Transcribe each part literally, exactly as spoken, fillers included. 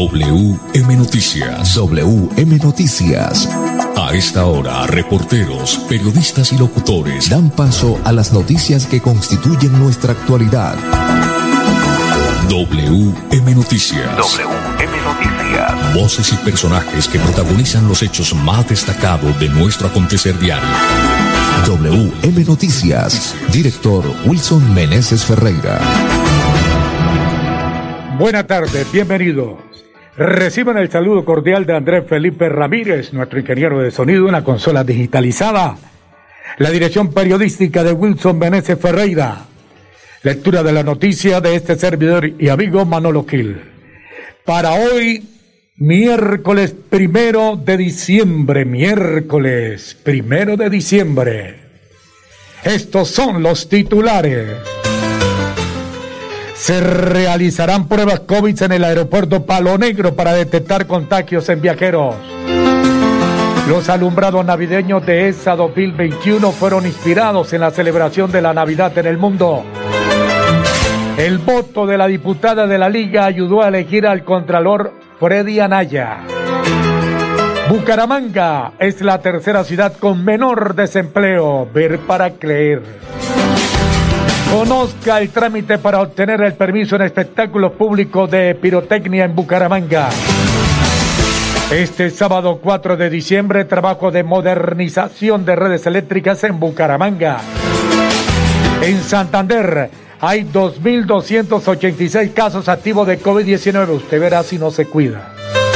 W M Noticias. W M Noticias. A esta hora, reporteros, periodistas y locutores dan paso a las noticias que constituyen nuestra actualidad. W M Noticias. W M Noticias. Voces y personajes que protagonizan los hechos más destacados de nuestro acontecer diario. W M Noticias. Director Wilson Meneses Ferreira. Buenas tardes, bienvenidos. Reciban el saludo cordial de Andrés Felipe Ramírez, nuestro ingeniero de sonido en la consola digitalizada. La dirección periodística de Wilson Meneses Ferreira. Lectura de la noticia de este servidor y amigo Manolo Gil. Para hoy, miércoles primero de diciembre, miércoles primero de diciembre. Estos son los titulares. Se realizarán pruebas COVID en el aeropuerto Palo Negro para detectar contagios en viajeros. Los alumbrados navideños de E S A dos mil veintiuno fueron inspirados en la celebración de la Navidad en el mundo. El voto de la diputada de la Liga ayudó a elegir al contralor Freddy Anaya. Bucaramanga es la tercera ciudad con menor desempleo. Ver para creer. Conozca el trámite para obtener el permiso en espectáculos públicos de pirotecnia en Bucaramanga. Este sábado cuatro de diciembre, trabajo de modernización de redes eléctricas en Bucaramanga. En Santander hay dos mil doscientos ochenta y seis casos activos de COVID diecinueve. Usted verá si no se cuida.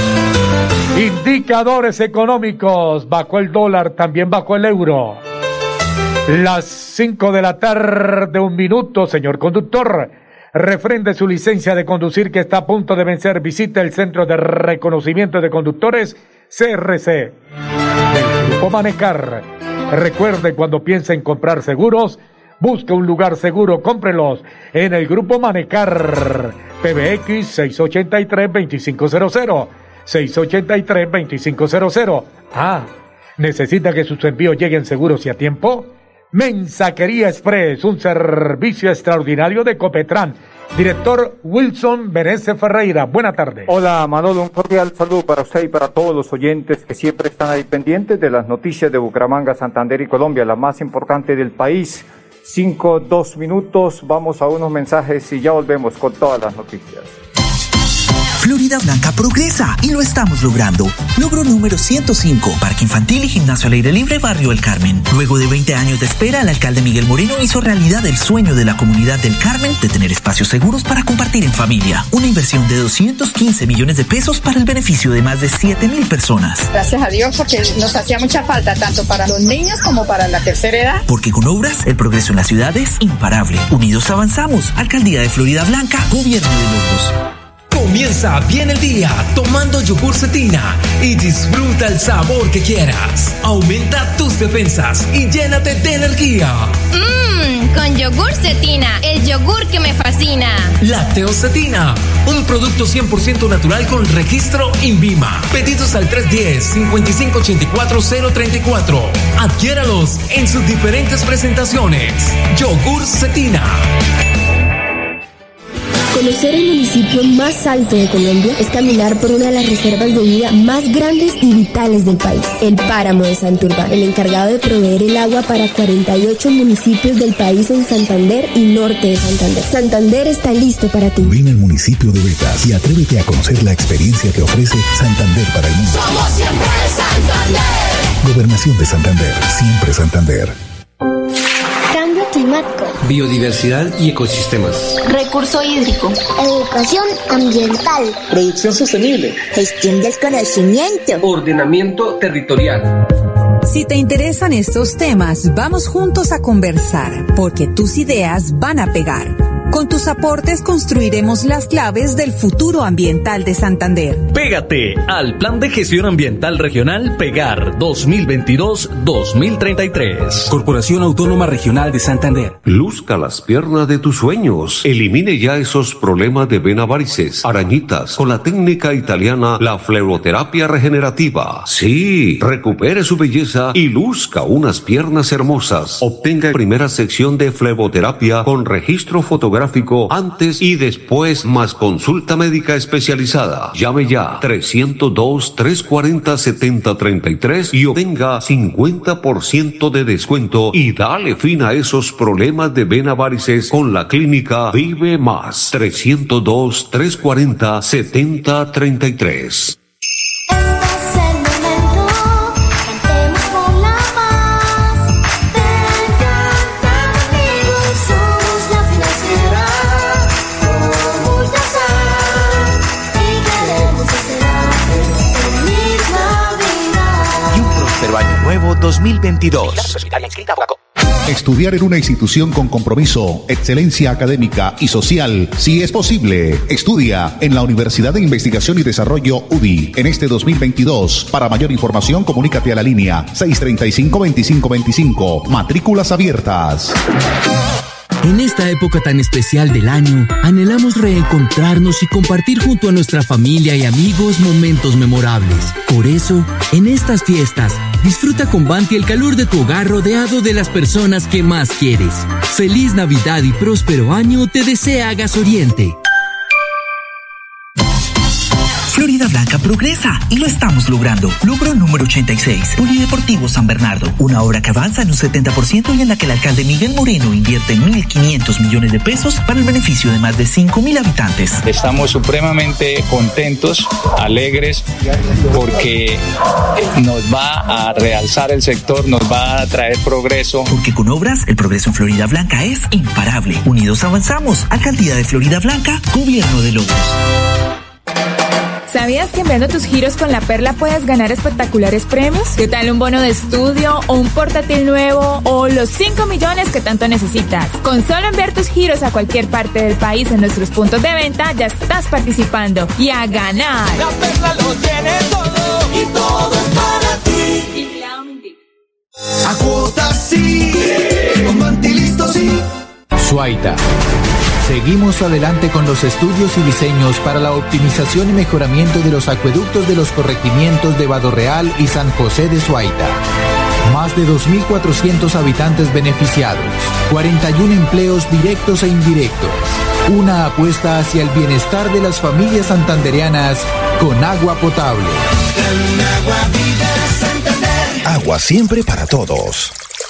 Indicadores económicos. Bajó el dólar, también bajó el euro. Las cinco de la tarde, un minuto, señor conductor. Refrende su licencia de conducir que está a punto de vencer. Visite el Centro de Reconocimiento de Conductores, C R C, del Grupo Manecar. Recuerde, cuando piense en comprar seguros, busque un lugar seguro, cómprelos en el Grupo Manecar. P B X seis ocho tres, dos cinco cero cero, seis ocho tres, dos cinco cero cero. Ah, ¿necesita que sus envíos lleguen seguros y a tiempo? Mensajería Express, un servicio extraordinario de Copetran. Director Wilson Meneses Ferreira, buena tarde. Hola Manolo, un cordial saludo para usted y para todos los oyentes que siempre están ahí pendientes de las noticias de Bucaramanga, Santander y Colombia, la más importante del país. Cinco, dos minutos, vamos a unos mensajes y ya volvemos con todas las noticias. Florida Blanca progresa y lo estamos logrando. Logro número ciento cinco, Parque Infantil y Gimnasio al Aire Libre, Barrio El Carmen. Luego de veinte años de espera, el alcalde Miguel Moreno hizo realidad el sueño de la comunidad del Carmen de tener espacios seguros para compartir en familia. Una inversión de doscientos quince millones de pesos para el beneficio de más de siete mil personas. Gracias a Dios, porque nos hacía mucha falta tanto para los niños como para la tercera edad. Porque con obras, el progreso en la ciudad es imparable. Unidos avanzamos. Alcaldía de Florida Blanca, Gobierno de Logos. Comienza bien el día tomando yogur Cetina y disfruta el sabor que quieras. Aumenta tus defensas y llénate de energía. Mmm, con yogur Cetina, el yogur que me fascina. Lácteos Cetina, un producto cien por ciento natural con registro INVIMA. Pedidos al tres uno cero, cinco cinco ocho cuatro, cero tres cuatro. Adquiéralos en sus diferentes presentaciones. Yogur Cetina. Conocer el municipio más alto de Colombia es caminar por una de las reservas de vida más grandes y vitales del país, el Páramo de Santurbán, el encargado de proveer el agua para cuarenta y ocho municipios del país en Santander y norte de Santander. Santander está listo para ti. Ven al municipio de Betas y atrévete a conocer la experiencia que ofrece Santander para el mundo. Somos siempre Santander. Gobernación de Santander, siempre Santander. Cambio climático. Biodiversidad y ecosistemas. Recurso hídrico. Educación ambiental. Producción sostenible. Gestión del conocimiento. Ordenamiento territorial. Si te interesan estos temas, vamos juntos a conversar, porque tus ideas van a pegar. Con tus aportes construiremos las claves del futuro ambiental de Santander. Pégate al Plan de Gestión Ambiental Regional Pegar dos mil veintidós a dos mil treinta y tres. Corporación Autónoma Regional de Santander. Luzca las piernas de tus sueños. Elimine ya esos problemas de vena varices, arañitas, con la técnica italiana, la fleroterapia regenerativa. Sí, recupere su belleza y luzca unas piernas hermosas. Obtenga primera sección de fleboterapia con registro fotográfico radiográfico antes y después, más consulta médica especializada. Llame ya trescientos dos, trescientos cuarenta, setenta treinta y tres y obtenga cincuenta por ciento de descuento y dale fin a esos problemas de vena varices con la clínica Vive Más. trescientos dos, trescientos cuarenta, setenta treinta y tres. Nuevo dos mil veintidós. Estudiar en una institución con compromiso, excelencia académica y social, si es posible. Estudia en la Universidad de Investigación y Desarrollo U D I en este dos mil veintidós. Para mayor información, comunícate a la línea seis treinta y cinco, veinticinco veinticinco. Matrículas abiertas. En esta época tan especial del año, anhelamos reencontrarnos y compartir junto a nuestra familia y amigos momentos memorables. Por eso, en estas fiestas, disfruta con Banti el calor de tu hogar rodeado de las personas que más quieres. Feliz Navidad y próspero año te desea Gas Oriente. Florida Blanca progresa y lo estamos logrando. Logro número ochenta y seis. Polideportivo San Bernardo. Una obra que avanza en un setenta por ciento y en la que el alcalde Miguel Moreno invierte mil quinientos millones de pesos para el beneficio de más de cinco mil habitantes. Estamos supremamente contentos, alegres, porque nos va a realzar el sector, nos va a traer progreso. Porque con obras, el progreso en Florida Blanca es imparable. Unidos avanzamos. Alcaldía de Florida Blanca, Gobierno de Logros. ¿Sabías que enviando tus giros con La Perla puedes ganar espectaculares premios? ¿Qué tal un bono de estudio o un portátil nuevo o los cinco millones que tanto necesitas? Con solo enviar tus giros a cualquier parte del país en nuestros puntos de venta ya estás participando y a ganar. La Perla lo tiene todo y todo es para ti. A cuotas sí, con Manti listo sí. Suaita. Seguimos adelante con los estudios y diseños para la optimización y mejoramiento de los acueductos de los corregimientos de Vado Real y San José de Suaita. Más de dos mil cuatrocientos habitantes beneficiados, cuarenta y uno empleos directos e indirectos. Una apuesta hacia el bienestar de las familias santandereanas con agua potable. Agua Vida Santander. Agua siempre para todos.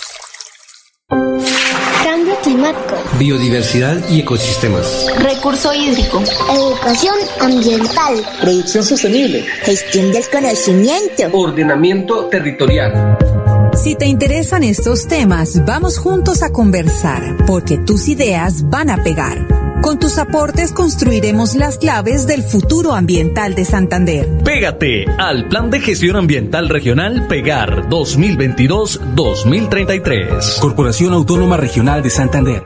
Cambio climático. Biodiversidad y ecosistemas. Recurso hídrico. Educación ambiental. Producción sostenible. Gestión del conocimiento. Ordenamiento territorial. Si te interesan estos temas, vamos juntos a conversar, porque tus ideas van a pegar. Con tus aportes construiremos las claves del futuro ambiental de Santander. Pégate al Plan de Gestión Ambiental Regional Pegar dos mil veintidós a dos mil treinta y tres. Corporación Autónoma Regional de Santander.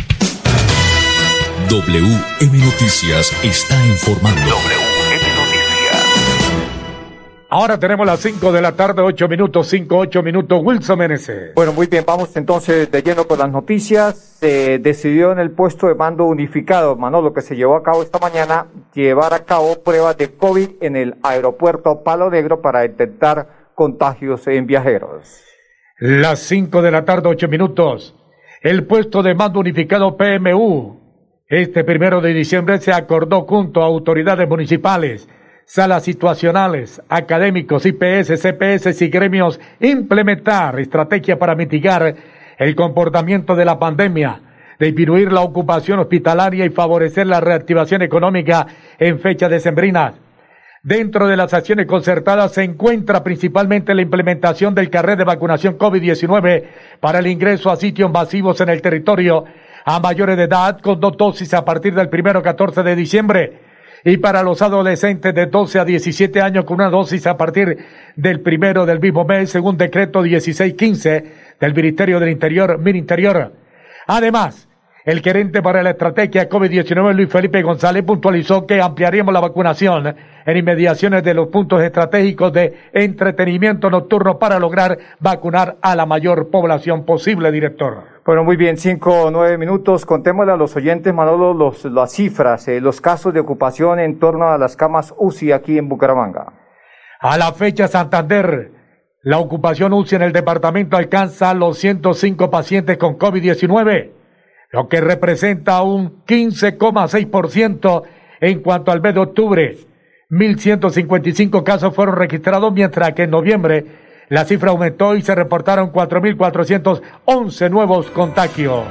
W M Noticias está informando. W M Noticias. Ahora tenemos las cinco de la tarde, ocho minutos, cinco, ocho minutos. Wilson Menezes. Bueno, muy bien, vamos entonces de lleno con las noticias. Se decidió en el puesto de mando unificado, Manolo, que se llevó a cabo esta mañana, llevar a cabo pruebas de COVID en el aeropuerto Palo Negro para detectar contagios en viajeros. Las cinco de la tarde, ocho minutos. El puesto de mando unificado P M U. Este primero de diciembre se acordó junto a autoridades municipales, salas situacionales, académicos, I P S, C P S y gremios implementar estrategia para mitigar el comportamiento de la pandemia, disminuir la ocupación hospitalaria y favorecer la reactivación económica en fechas decembrinas. Dentro de las acciones concertadas se encuentra principalmente la implementación del carnet de vacunación COVID diecinueve para el ingreso a sitios masivos en el territorio a mayores de edad con dos dosis a partir del primero catorce de diciembre y para los adolescentes de doce a diecisiete años con una dosis a partir del primero del mismo mes según decreto dieciséis quince del Ministerio del Interior, Mininterior. Además, el gerente para la estrategia COVID diecinueve, Luis Felipe González, puntualizó que ampliaremos la vacunación en inmediaciones de los puntos estratégicos de entretenimiento nocturno para lograr vacunar a la mayor población posible, director. Bueno, muy bien, cinco o nueve minutos. Contémosle a los oyentes, Manolo, los, las cifras, eh, los casos de ocupación en torno a las camas U C I aquí en Bucaramanga. A la fecha, Santander, la ocupación U C I en el departamento alcanza los ciento cinco pacientes con COVID diecinueve. lo que representa un quince coma seis por ciento en cuanto al mes de octubre. mil ciento cincuenta y cinco casos fueron registrados, mientras que en noviembre la cifra aumentó y se reportaron cuatro mil cuatrocientos once nuevos contagios.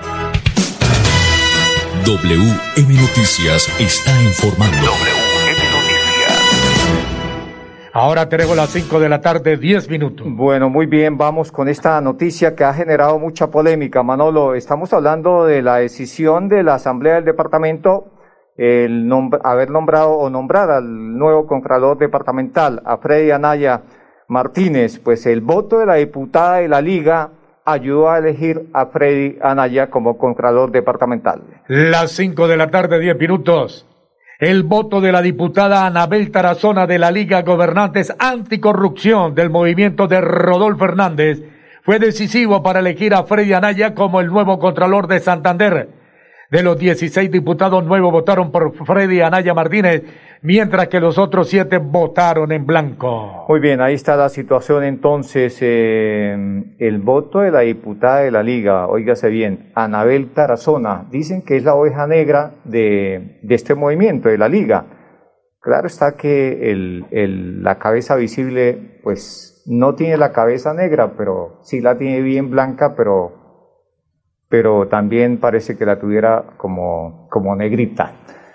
W M Noticias está informando. W M Noticias. Ahora tenemos las cinco de la tarde, diez minutos. Bueno, muy bien, vamos con esta noticia que ha generado mucha polémica. Manolo, estamos hablando de la decisión de la Asamblea del Departamento el nombr- haber nombrado o nombrar al nuevo Contralor Departamental, a Freddy Anaya Martínez. Pues el voto de la diputada de la Liga ayudó a elegir a Freddy Anaya como Contralor Departamental. Las cinco de la tarde, diez minutos. El voto de la diputada Anabel Tarazona de la Liga Gobernantes Anticorrupción del movimiento de Rodolfo Hernández fue decisivo para elegir a Freddy Anaya como el nuevo Contralor de Santander. De los dieciséis diputados nuevos votaron por Freddy Anaya Martínez, mientras que los otros siete votaron en blanco. Muy bien, ahí está la situación entonces. Eh, el voto de la diputada de la Liga, óigase bien, Anabel Tarazona, dicen que es la oveja negra de, de este movimiento, de la Liga. Claro está que el, el, la cabeza visible, pues no tiene la cabeza negra, pero sí la tiene bien blanca, pero... pero también parece que la tuviera como, como negrita.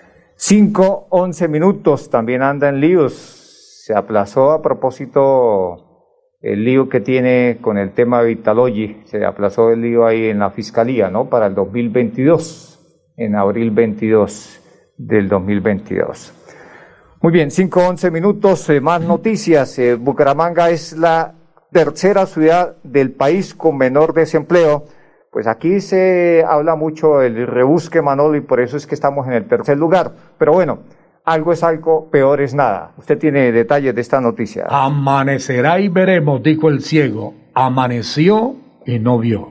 Cinco, once minutos, también anda en líos. Se aplazó a propósito el lío que tiene con el tema de Vitalogy, se aplazó el lío ahí en la Fiscalía, ¿no? Para el dos mil veintidós, en abril veintidós del dos mil veintidós. Muy bien, cinco, once minutos, eh, más noticias. Eh, Bucaramanga es la tercera ciudad del país con menor desempleo. Pues aquí se habla mucho del rebusque, Manolo, y por eso es que estamos en el tercer lugar. Pero bueno, algo es algo, peor es nada. Usted tiene detalles de esta noticia. Amanecerá y veremos, dijo el ciego. Amaneció y no vio.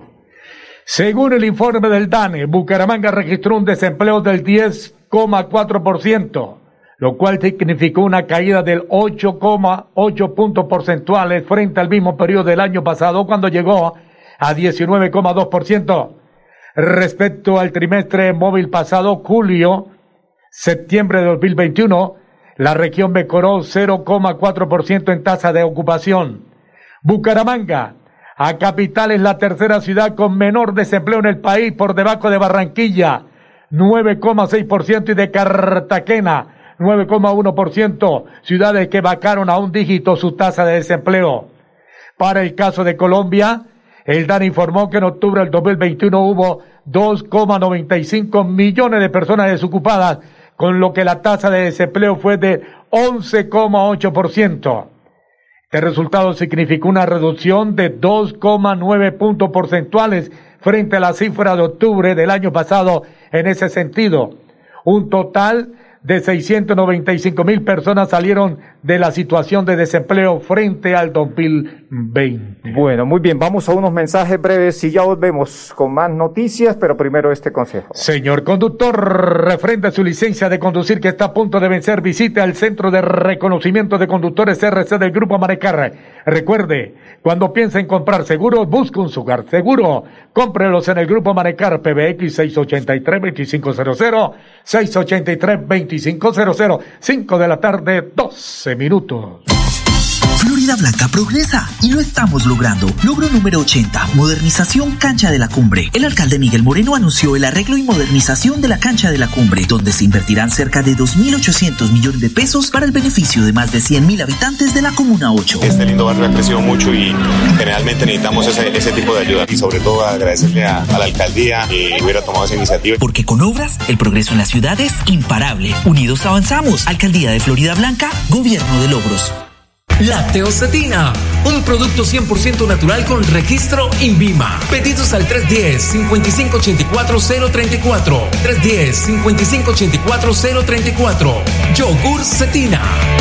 Según el informe del DANE, Bucaramanga registró un desempleo del diez coma cuatro por ciento, lo cual significó una caída del ocho coma ocho puntos porcentuales frente al mismo periodo del año pasado, cuando llegó a diecinueve coma dos por ciento. Respecto al trimestre móvil pasado, julio, septiembre de dos mil veintiuno, la región mejoró cero coma cuatro por ciento en tasa de ocupación. Bucaramanga, a capital, es la tercera ciudad con menor desempleo en el país, por debajo de Barranquilla, nueve coma seis por ciento, y de Cartagena, nueve coma uno por ciento, ciudades que bajaron a un dígito su tasa de desempleo. Para el caso de Colombia, el DANE informó que en octubre del dos mil veintiuno hubo dos coma noventa y cinco millones de personas desocupadas, con lo que la tasa de desempleo fue de once coma ocho por ciento. Este resultado significó una reducción de dos coma nueve puntos porcentuales frente a la cifra de octubre del año pasado en ese sentido. Un total de seiscientos noventa y cinco mil personas salieron de la situación de desempleo frente al dos mil veinte. Bueno, muy bien, vamos a unos mensajes breves y ya volvemos con más noticias, pero primero este consejo. Señor conductor, refrenda su licencia de conducir que está a punto de vencer, visite al Centro de Reconocimiento de Conductores R C del Grupo Manecar. Recuerde, cuando piense en comprar seguros, busque un Sugar seguro. Cómprelos en el Grupo Manecar, P B X seis ocho tres, dos cinco cero cero, seis ocho tres, dos cinco cero cero, cinco de la tarde, doce minutos. Florida Blanca progresa y lo estamos logrando. Logro número ochenta, modernización Cancha de la Cumbre. El alcalde Miguel Moreno anunció el arreglo y modernización de la Cancha de la Cumbre, donde se invertirán cerca de dos mil ochocientos millones de pesos para el beneficio de más de cien mil habitantes de la Comuna ocho. Este lindo barrio ha crecido mucho y generalmente necesitamos ese, ese tipo de ayuda, y sobre todo agradecerle a, a la alcaldía que hubiera tomado esa iniciativa. Porque con obras, el progreso en la ciudad es imparable. Unidos avanzamos. Alcaldía de Florida Blanca, Gobierno de Logros. Lacteocetina, un producto cien por ciento natural con registro INVIMA. Pedidos al tres uno cero, cinco cinco ocho cuatro, cero tres cuatro. tres uno cero, cinco cinco ocho cuatro, cero tres cuatro. Yogur Cetina.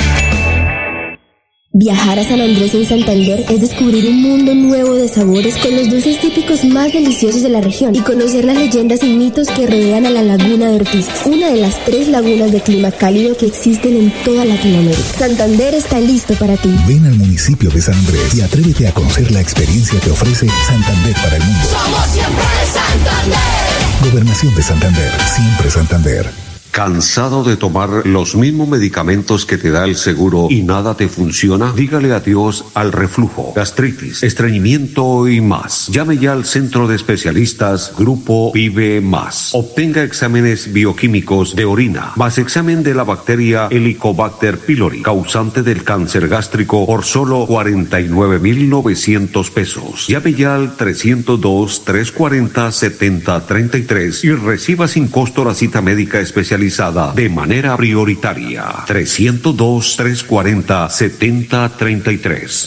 Viajar a San Andrés en Santander es descubrir un mundo nuevo de sabores con los dulces típicos más deliciosos de la región y conocer las leyendas y mitos que rodean a la Laguna de Ortizas, una de las tres lagunas de clima cálido que existen en toda Latinoamérica. Santander está listo para ti. Ven al municipio de San Andrés y atrévete a conocer la experiencia que ofrece Santander para el mundo. Somos siempre Santander. Gobernación de Santander. Siempre Santander. ¿Cansado de tomar los mismos medicamentos que te da el seguro y nada te funciona? Dígale adiós al reflujo, gastritis, estreñimiento y más. Llame ya al Centro de Especialistas Grupo Vive Más. Obtenga exámenes bioquímicos de orina, más examen de la bacteria Helicobacter pylori, causante del cáncer gástrico, por solo cuarenta y nueve mil novecientos pesos. Llame ya al trescientos dos, trescientos cuarenta, setenta treinta y tres y reciba sin costo la cita médica especializada de manera prioritaria. trescientos dos, trescientos cuarenta, setenta treinta y tres.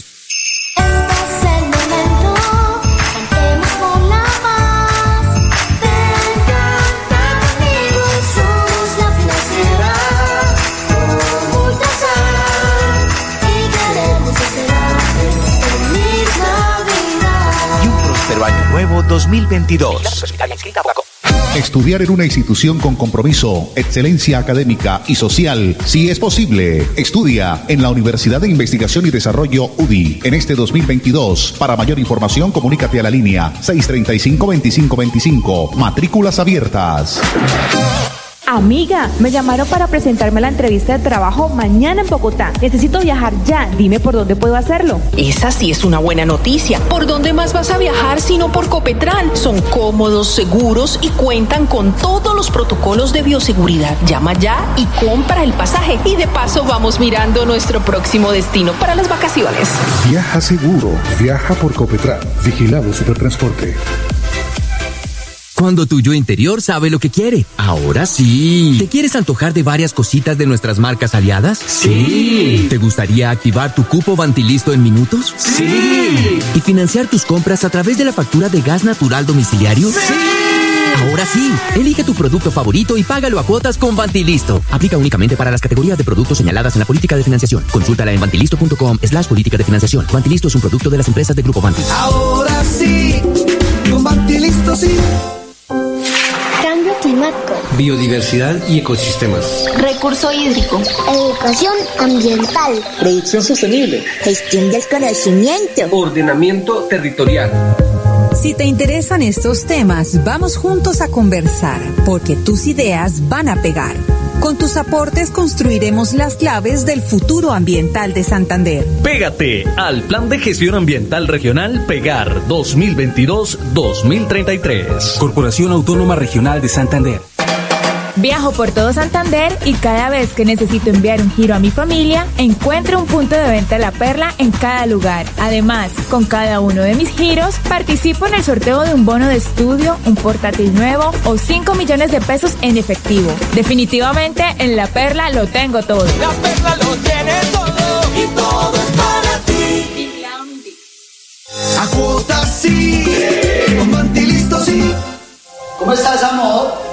Y un próspero año nuevo dos mil veintidós. Estudiar en una institución con compromiso, excelencia académica y social, si es posible. Estudia en la Universidad de Investigación y Desarrollo U D I en este dos mil veintidós. Para mayor información, comunícate a la línea seis treinta y cinco, veinticinco veinticinco. Matrículas abiertas. Amiga, me llamaron para presentarme a la entrevista de trabajo mañana en Bogotá. Necesito viajar ya. Dime por dónde puedo hacerlo. Esa sí es una buena noticia. ¿Por dónde más vas a viajar sino por Copetran? Son cómodos, seguros y cuentan con todos los protocolos de bioseguridad. Llama ya y compra el pasaje. Y de paso vamos mirando nuestro próximo destino para las vacaciones. Viaja seguro. Viaja por Copetran. Vigilado Supertransporte. Cuando tu yo interior sabe lo que quiere. Ahora sí. ¿Te quieres antojar de varias cositas de nuestras marcas aliadas? Sí. ¿Te gustaría activar tu cupo Vantilisto en minutos? Sí. ¿Y financiar tus compras a través de la factura de gas natural domiciliario? Sí. Ahora sí. Elige tu producto favorito y págalo a cuotas con Vantilisto. Aplica únicamente para las categorías de productos señaladas en la política de financiación. Consúltala en vantilisto punto com slash política de financiación. Vantilisto es un producto de las empresas de Grupo Vanti. Ahora sí. Con Vantilisto sí. Cambio climático. Biodiversidad y ecosistemas. Recurso hídrico. Educación ambiental. Producción sostenible. Gestión del conocimiento. Ordenamiento territorial. Si te interesan estos temas, vamos juntos a conversar, porque tus ideas van a pegar. Con tus aportes construiremos las claves del futuro ambiental de Santander. Pégate al Plan de Gestión Ambiental Regional Pegar dos mil veintidós a dos mil treinta y tres. Corporación Autónoma Regional de Santander. Viajo por todo Santander y cada vez que necesito enviar un giro a mi familia, encuentro un punto de venta La Perla en cada lugar. Además, con cada uno de mis giros, participo en el sorteo de un bono de estudio, un portátil nuevo o cinco millones de pesos en efectivo. Definitivamente, en La Perla lo tengo todo. La Perla lo tiene todo y todo es para ti. A cuotas sí, con Vantilisto sí. ¿Cómo estás, amor?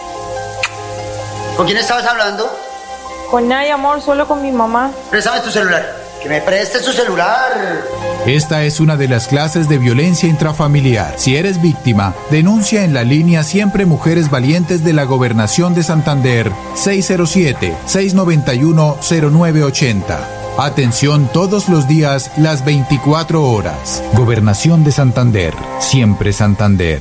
¿Con quién estabas hablando? Con nadie, amor, solo con mi mamá. Préstame tu celular. Que me prestes tu celular. Esta es una de las clases de violencia intrafamiliar. Si eres víctima, denuncia en la línea Siempre Mujeres Valientes de la Gobernación de Santander, seis cero siete, seis nueve uno, cero nueve ocho cero. Atención todos los días, las veinticuatro horas. Gobernación de Santander, siempre Santander.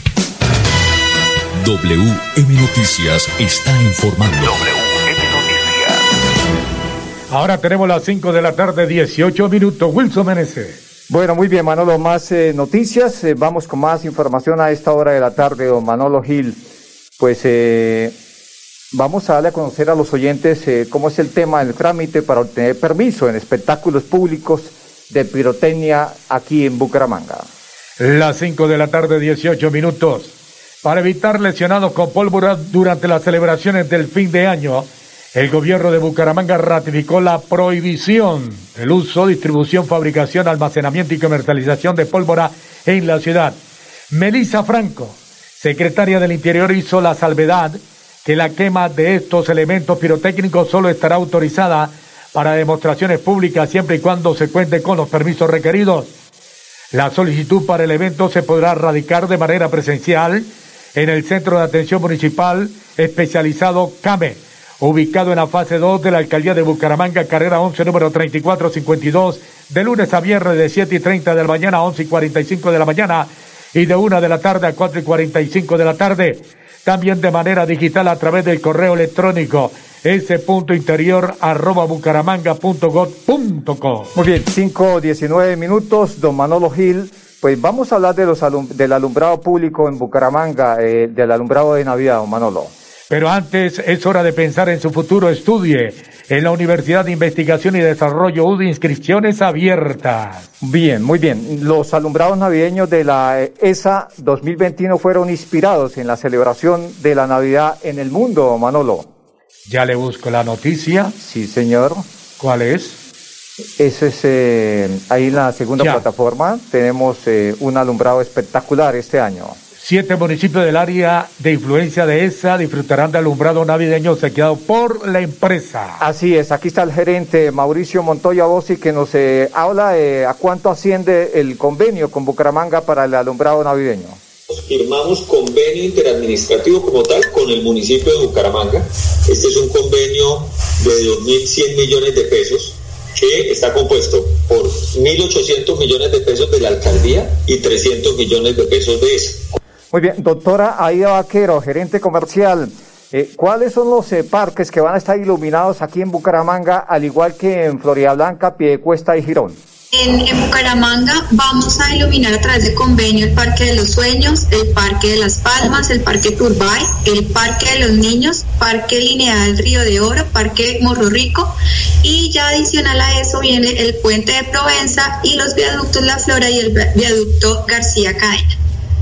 W M Noticias está informando. W M Noticias. Ahora tenemos las cinco de la tarde, dieciocho minutos. Wilson Meneses. Bueno, muy bien, Manolo, más eh, noticias. Eh, vamos con más información a esta hora de la tarde, don Manolo Gil. Pues eh, vamos a darle a conocer a los oyentes eh, cómo es el tema del trámite para obtener permiso en espectáculos públicos de pirotecnia aquí en Bucaramanga. Las cinco de la tarde, dieciocho minutos. Para evitar lesionados con pólvora durante las celebraciones del fin de año, el gobierno de Bucaramanga ratificó la prohibición del uso, distribución, fabricación, almacenamiento y comercialización de pólvora en la ciudad. Melissa Franco, secretaria del Interior, hizo la salvedad que la quema de estos elementos pirotécnicos solo estará autorizada para demostraciones públicas siempre y cuando se cuente con los permisos requeridos. La solicitud para el evento se podrá radicar de manera presencial en el Centro de Atención Municipal Especializado CAME, ubicado en la fase dos de la Alcaldía de Bucaramanga, carrera once, número treinta y cuatro cincuenta y dos, de lunes a viernes de siete y treinta de la mañana a once y cuarenta y cinco de la mañana, y de una de la tarde a cuatro y cuarenta y cinco de la tarde. También de manera digital a través del correo electrónico s.interior arroba bucaramanga punto gov punto co. Muy bien, cinco diecinueve minutos, don Manolo Gil. Pues vamos a hablar de los alum del alumbrado público en Bucaramanga, eh, del alumbrado de Navidad, don Manolo. Pero antes es hora de pensar en su futuro. Estudie en la Universidad de Investigación y Desarrollo U D I, inscripciones abiertas. Bien, muy bien. Los alumbrados navideños de la ESA dos mil veintiuno fueron inspirados en la celebración de la Navidad en el mundo, Manolo. Ya le busco la noticia. Sí, señor. ¿Cuál es? Ese es, eh, ahí en la segunda ya. plataforma tenemos eh, un alumbrado espectacular este año. Siete municipios del área de influencia de ESA disfrutarán de alumbrado navideño obsequiado por la empresa. Así es, aquí está el gerente Mauricio Montoya Bossi que nos eh, habla de a cuánto asciende el convenio con Bucaramanga para el alumbrado navideño. Firmamos convenio interadministrativo como tal con el municipio de Bucaramanga. Este es un convenio de dos mil cien millones de pesos que está compuesto por mil ochocientos millones de pesos de la alcaldía y trescientos millones de pesos de ESA. Muy bien, doctora Aida Vaquero, gerente comercial, eh, ¿cuáles son los eh, parques que van a estar iluminados aquí en Bucaramanga, al igual que en Floridablanca, Piedecuesta y Girón? En, en Bucaramanga vamos a iluminar a través de convenio el Parque de los Sueños, el Parque de las Palmas, el Parque Turbay, el Parque de los Niños, Parque Lineal Río de Oro, Parque Morro Rico, y ya adicional a eso viene el Puente de Provenza y los viaductos La Flora y el viaducto García Cadena.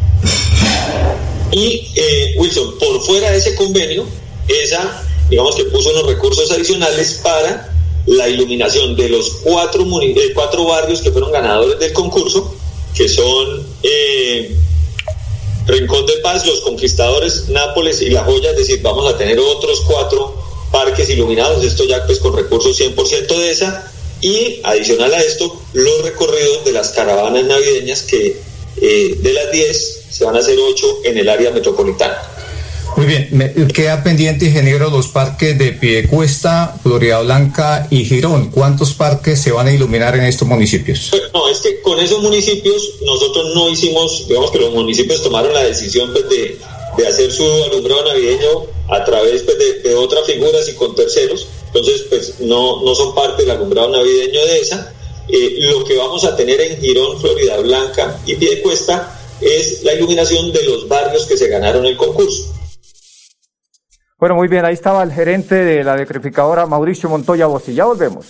Y eh, Wilson, por fuera de ese convenio, esa, digamos que puso unos recursos adicionales para la iluminación de los cuatro, eh, cuatro barrios que fueron ganadores del concurso, que son eh, Rincón de Paz, Los Conquistadores, Nápoles y La Joya. Es decir, vamos a tener otros cuatro parques iluminados, esto ya pues con recursos cien por ciento de esa, y adicional a esto, los recorridos de las caravanas navideñas que eh, de las diez se van a hacer ocho en el área metropolitana. Muy bien, me queda pendiente, ingeniero, los parques de Piedecuesta, Floridablanca y Girón. ¿Cuántos parques se van a iluminar en estos municipios? No, es que con esos municipios nosotros no hicimos, digamos que los municipios tomaron la decisión pues, de, de hacer su alumbrado navideño a través pues, de, de otras figuras y con terceros. Entonces, pues no, no son parte del alumbrado navideño de esa. Eh, lo que vamos a tener en Girón, Floridablanca y Piedecuesta es la iluminación de los barrios que se ganaron el concurso. Bueno, muy bien, ahí estaba el gerente de la decreficadora Mauricio Montoya Bossi. Ya volvemos.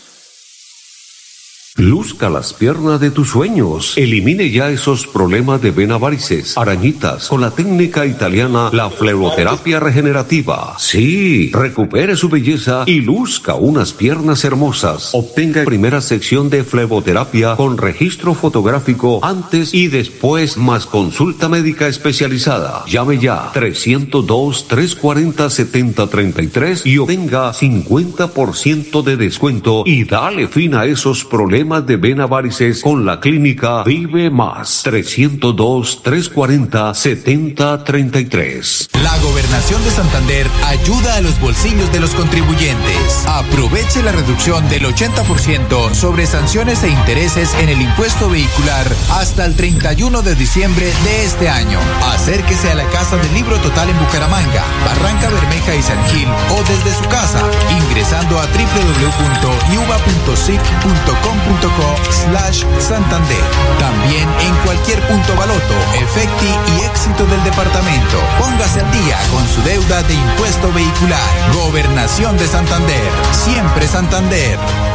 Luzca las piernas de tus sueños. Elimine ya esos problemas de vena varices, arañitas, con la técnica italiana, la fleroterapia regenerativa. Sí, recupere su belleza y luzca unas piernas hermosas. Obtenga primera sección de fleroterapia con registro fotográfico antes y después, más consulta médica especializada. Llame ya trescientos dos, trescientos cuarenta, setenta treinta y tres y obtenga cincuenta por ciento de descuento y dale fin a esos problemas de vena varices con la clínica Vive Más. Trescientos dos, trescientos cuarenta, setenta treinta y tres. La Gobernación de Santander ayuda a los bolsillos de los contribuyentes. Aproveche la reducción del ochenta por ciento sobre sanciones e intereses en el impuesto vehicular hasta el treinta y uno de diciembre de este año. Acérquese a la Casa del Libro Total en Bucaramanga, Barranca Bermeja y San Gil o desde su casa ingresando a w w w punto yuba punto sic punto com punto co slash Santander. También en cualquier punto Baloto, Efecti y Éxito del departamento. Póngase al día con su deuda de impuesto vehicular. Gobernación de Santander. Siempre Santander.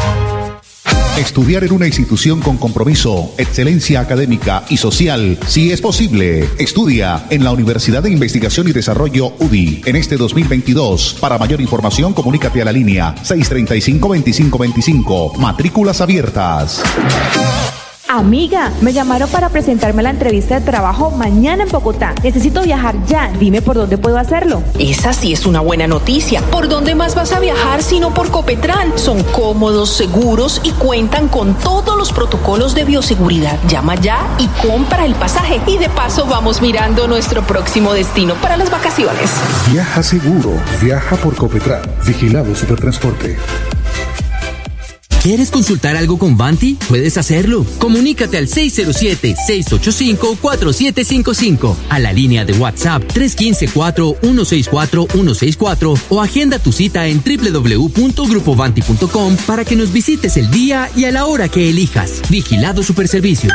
Estudiar en una institución con compromiso, excelencia académica y social, si es posible. Estudia en la Universidad de Investigación y Desarrollo U D I en este dos mil veintidós. Para mayor información, comunícate a la línea seis treinta y cinco, veinticinco veinticinco. Matrículas abiertas. Amiga, me llamaron para presentarme a la entrevista de trabajo mañana en Bogotá. Necesito viajar ya. Dime por dónde puedo hacerlo. Esa sí es una buena noticia. ¿Por dónde más vas a viajar sino por Copetran? Son cómodos, seguros y cuentan con todos los protocolos de bioseguridad. Llama ya y compra el pasaje. Y de paso vamos mirando nuestro próximo destino para las vacaciones. Viaja seguro. Viaja por Copetran. Vigilado Supertransporte. ¿Quieres consultar algo con Vanti? Puedes hacerlo. Comunícate al seis cero siete, seis ocho cinco, cuatro siete cinco cinco, a la línea de WhatsApp tres uno cinco, cuatro uno seis cuatro uno seis cuatro o agenda tu cita en doble u doble u doble u punto grupo vanti punto com para que nos visites el día y a la hora que elijas. Vigilado Superservicios.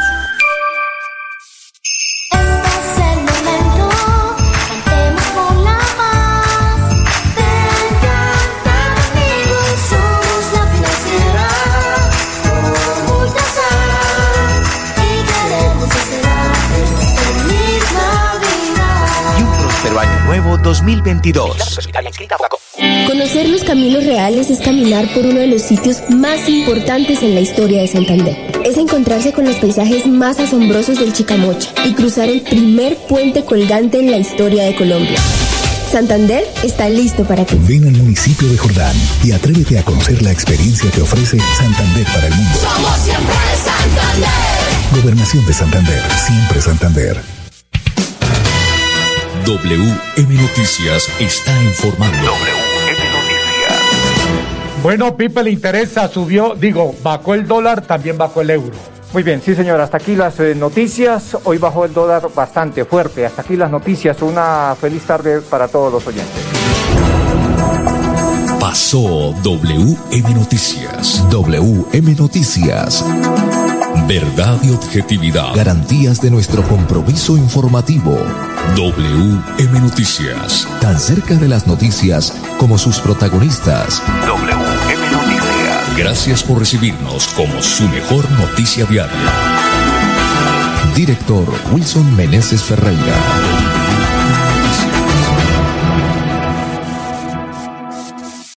Nuevo dos mil veintidós. Conocer los caminos reales es caminar por uno de los sitios más importantes en la historia de Santander. Es encontrarse con los paisajes más asombrosos del Chicamocha y cruzar el primer puente colgante en la historia de Colombia. Santander está listo para ti. Ven al municipio de Jordán y atrévete a conocer la experiencia que ofrece Santander para el mundo. Somos siempre Santander. Gobernación de Santander, siempre Santander. W M Noticias está informando. W M Noticias. Bueno, Pipe, le interesa, subió, digo, bajó el dólar, también bajó el euro. Muy bien, sí señor, hasta aquí las eh, noticias. Hoy bajó el dólar bastante fuerte. Hasta aquí las noticias. Una feliz tarde para todos los oyentes. Pasó W M Noticias. W M Noticias. Verdad y objetividad. Garantías de nuestro compromiso informativo. W M Noticias. Tan cerca de las noticias como sus protagonistas. W M Noticias. Gracias por recibirnos como su mejor noticia diaria. Director Wilson Meneses Ferreira.